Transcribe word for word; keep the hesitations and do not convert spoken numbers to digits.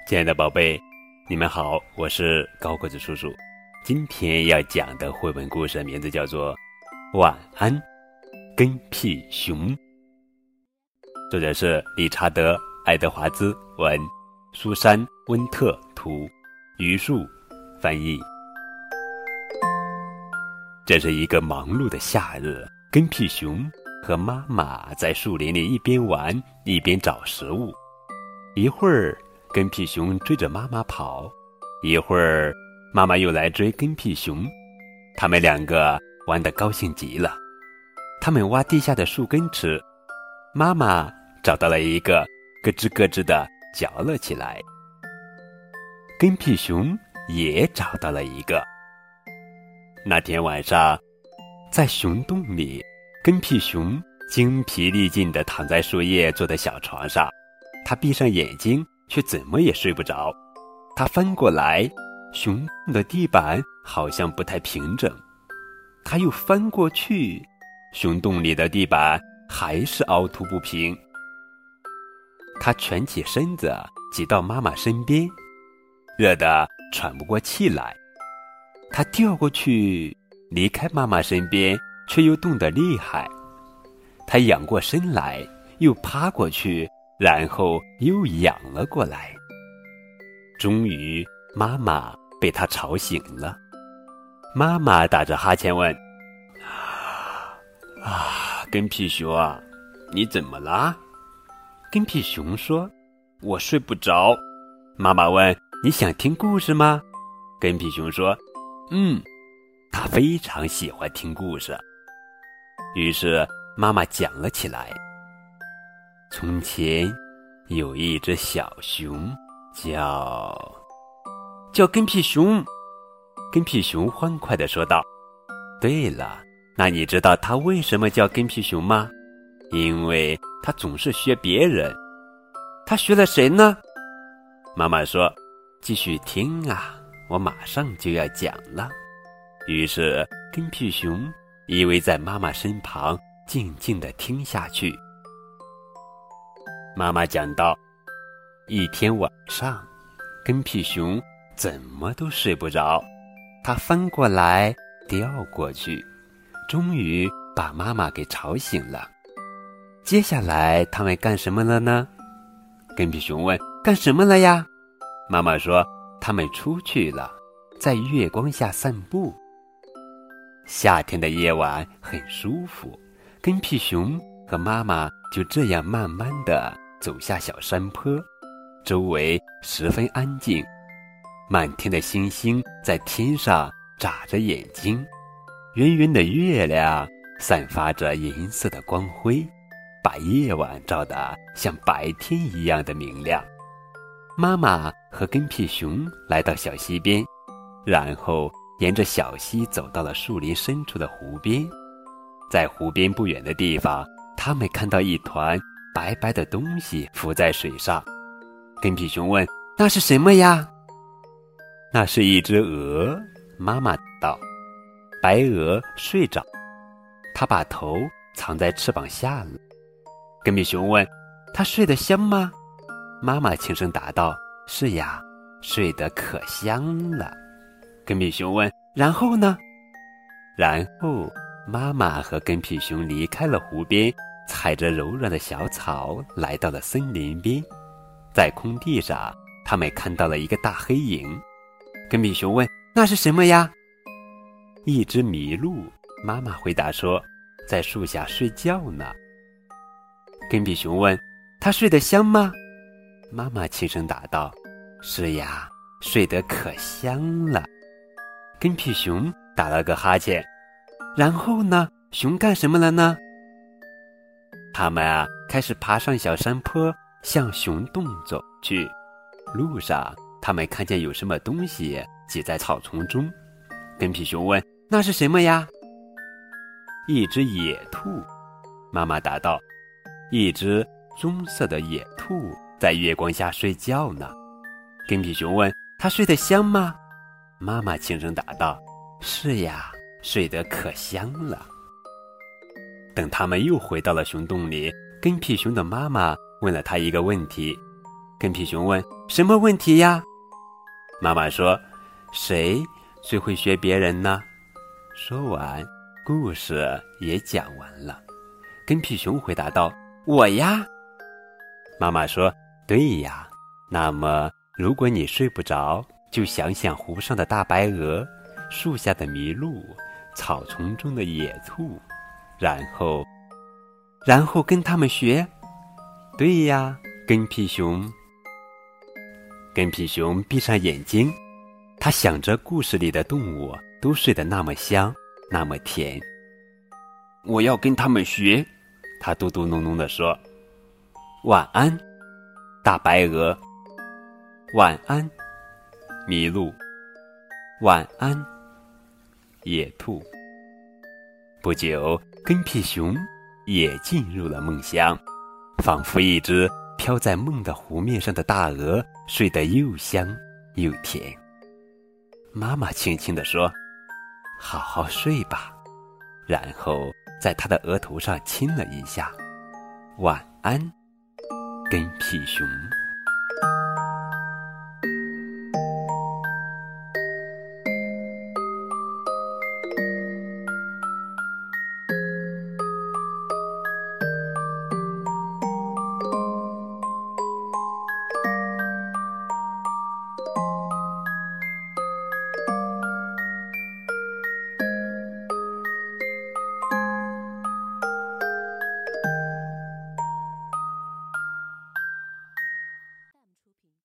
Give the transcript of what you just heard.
亲爱的宝贝，你们好，我是高个子叔叔。今天要讲的绘本故事名字叫做《晚安，跟屁熊》，作者是理查德·爱德华兹文，苏珊·温特图，于树翻译。这是一个忙碌的夏日，跟屁熊和妈妈在树林里一边玩一边找食物。一会儿跟屁熊追着妈妈跑，一会儿妈妈又来追跟屁熊，他们两个玩得高兴极了。他们挖地下的树根吃，妈妈找到了一个，咯吱咯吱地嚼了起来。跟屁熊也找到了一个。那天晚上，在熊洞里，跟屁熊精疲力尽地躺在树叶做的小床上，他闭上眼睛却怎么也睡不着。他翻过来，熊洞的地板好像不太平整。他又翻过去，熊洞里的地板还是凹凸不平。他蜷起身子挤到妈妈身边，热得喘不过气来。他掉过去，离开妈妈身边，却又冻得厉害。他仰过身来，又趴过去，然后又仰了过来。终于，妈妈被他吵醒了。妈妈打着哈欠问：“啊，跟屁熊啊，你怎么啦？”跟屁熊说：“我睡不着。”妈妈问：“你想听故事吗？”跟屁熊说：“嗯，他非常喜欢听故事。”于是妈妈讲了起来。从前有一只小熊，叫叫跟屁熊。跟屁熊欢快地说道：“对了，那你知道他为什么叫跟屁熊吗？因为他总是学别人。他学了谁呢？”妈妈说：“继续听啊，我马上就要讲了。”于是跟屁熊依偎在妈妈身旁，静静地听下去。妈妈讲道：一天晚上，跟屁熊怎么都睡不着，他翻过来掉过去，终于把妈妈给吵醒了。接下来他们干什么了呢？跟屁熊问：“干什么了呀？”妈妈说：“他们出去了，在月光下散步。”夏天的夜晚很舒服，跟屁熊和妈妈就这样慢慢地走下小山坡，周围十分安静，满天的星星在天上眨着眼睛，圆圆的月亮散发着银色的光辉，把夜晚照得像白天一样的明亮。妈妈和跟屁熊来到小溪边，然后沿着小溪走到了树林深处的湖边。在湖边不远的地方，他们看到一团白白的东西浮在水上。跟屁熊问：“那是什么呀？”“那是一只鹅。”妈妈道。白鹅睡着，它把头藏在翅膀下了。跟屁熊问：“它睡得香吗？”妈妈轻声答道：“是呀，睡得可香了。”跟屁熊问：“然后呢？”然后妈妈和跟屁熊离开了湖边，踩着柔软的小草来到了森林边。在空地上，他们看到了一个大黑影。跟屁熊问：“那是什么呀？”“一只麋鹿。”妈妈回答说，“在树下睡觉呢。”跟屁熊问：“它睡得香吗？”妈妈轻声答道：“是呀，睡得可香了。”跟屁熊打了个哈欠。然后呢？熊干什么了呢？他们啊，开始爬上小山坡，向熊洞走去。路上，他们看见有什么东西挤在草丛中。跟屁熊问：“那是什么呀？”“一只野兔。”妈妈答道。“一只棕色的野兔在月光下睡觉呢。”跟屁熊问：“它睡得香吗？”妈妈轻声答道：“是呀，睡得可香了。”等他们又回到了熊洞里，跟屁熊的妈妈问了他一个问题：“ 跟屁熊问：“什么问题呀？”妈妈说：“谁最会学别人呢？”说完，故事也讲完了。跟屁熊回答道：“我呀。”妈妈说：“对呀，那么如果你睡不着，就想想湖上的大白鹅，树下的麋鹿，草丛中的野兔，然后，然后跟他们学。”对呀，跟屁熊。跟屁熊闭上眼睛，他想着故事里的动物都睡得那么香，那么甜。我要跟他们学，他嘟嘟哝哝地说。晚安，大白鹅。晚安，麋鹿。晚安，野兔。不久，跟屁熊也进入了梦乡，仿佛一只飘在梦的湖面上的大鹅，睡得又香又甜。妈妈轻轻地说：“好好睡吧。”然后在他的额头上亲了一下。晚安，跟屁熊。